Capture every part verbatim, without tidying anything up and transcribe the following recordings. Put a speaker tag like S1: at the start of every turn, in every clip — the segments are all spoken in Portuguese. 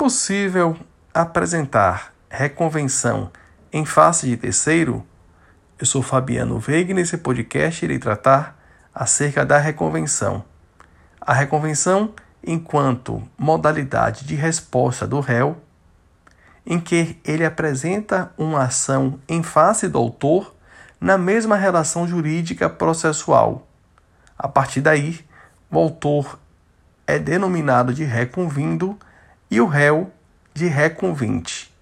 S1: possível apresentar reconvenção em face de terceiro? Eu sou Fabiano Veiga e nesse podcast irei tratar acerca da reconvenção. A reconvenção enquanto modalidade de resposta do réu, em que ele apresenta uma ação em face do autor na mesma relação jurídica processual. A partir daí, o autor é denominado de reconvindo e o réu de reconvinte.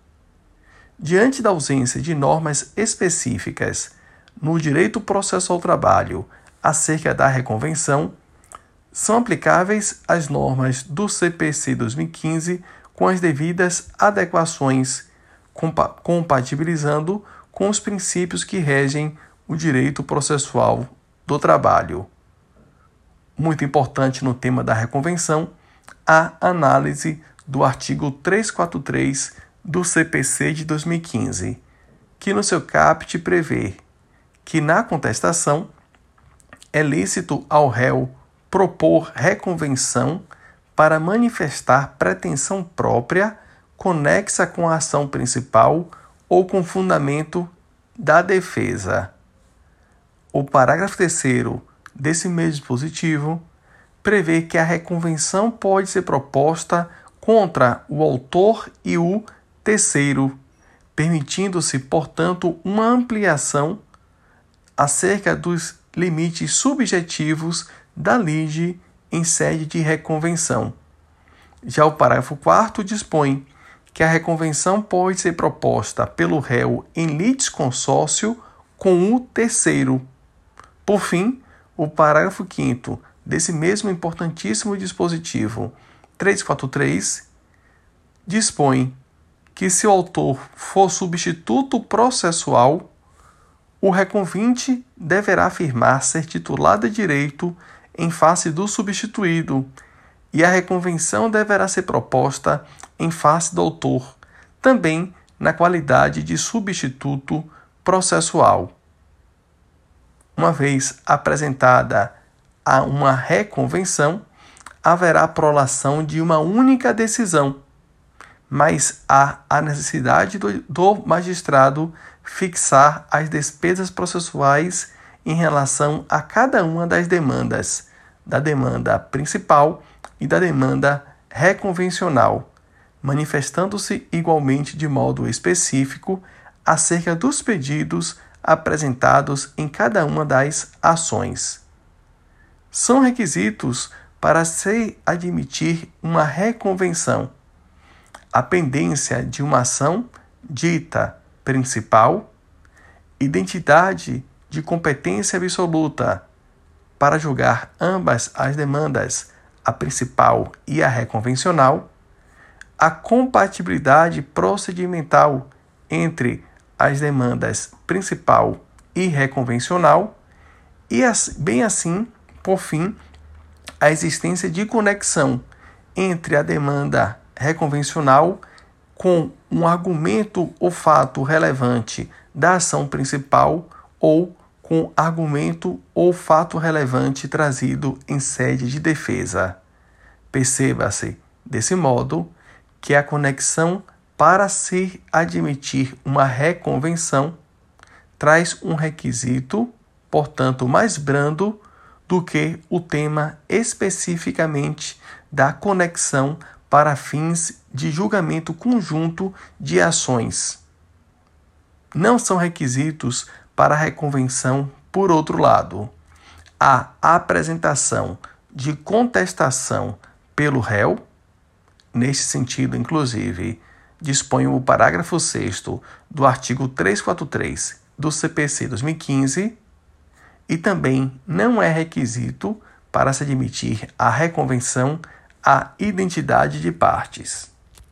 S1: Diante da ausência de normas específicas no direito processual ao trabalho acerca da reconvenção, são aplicáveis as normas do C P C dois mil e quinze com as devidas adequações, compa- compatibilizando com os princípios que regem o direito processual do trabalho. Muito importante no tema da reconvenção, a análise do artigo trezentos e quarenta e três do C P C de dois mil e quinze, que no seu caput prevê que na contestação é lícito ao réu propor reconvenção para manifestar pretensão própria conexa com a ação principal ou com fundamento da defesa. O parágrafo terceiro desse mesmo dispositivo prevê que a reconvenção pode ser proposta contra o autor e o terceiro, permitindo-se, portanto, uma ampliação acerca dos limites subjetivos da lide em sede de reconvenção. Já o parágrafo quarto dispõe que a reconvenção pode ser proposta pelo réu em litisconsórcio com o terceiro. Por fim, o parágrafo quinto desse mesmo importantíssimo dispositivo trezentos e quarenta e três dispõe que se o autor for substituto processual, o reconvinte deverá afirmar ser titular de direito em face do substituído e a reconvenção deverá ser proposta em face do autor, também na qualidade de substituto processual. Uma vez apresentada a uma reconvenção, haverá prolação de uma única decisão, mas há a necessidade do, do magistrado fixar as despesas processuais em relação a cada uma das demandas, da demanda principal e da demanda reconvencional, manifestando-se igualmente de modo específico acerca dos pedidos apresentados em cada uma das ações. São requisitos para se admitir uma reconvenção: a pendência de uma ação dita principal, identidade de competência absoluta para julgar ambas as demandas, a principal e a reconvencional, a compatibilidade procedimental entre as demandas principal e reconvencional e, bem assim, por fim, a existência de conexão entre a demanda reconvencional com um argumento ou fato relevante da ação principal ou com argumento ou fato relevante trazido em sede de defesa. Perceba-se, desse modo, que a conexão para se admitir uma reconvenção traz um requisito, portanto, mais brando do que o tema especificamente da conexão para fins de julgamento conjunto de ações. Não são requisitos para a reconvenção, por outro lado, a apresentação de contestação pelo réu. Neste sentido, inclusive, dispõe o parágrafo sexto do artigo trezentos e quarenta e três do C P C dois mil e quinze, e também não é requisito para se admitir a reconvenção a identidade de partes.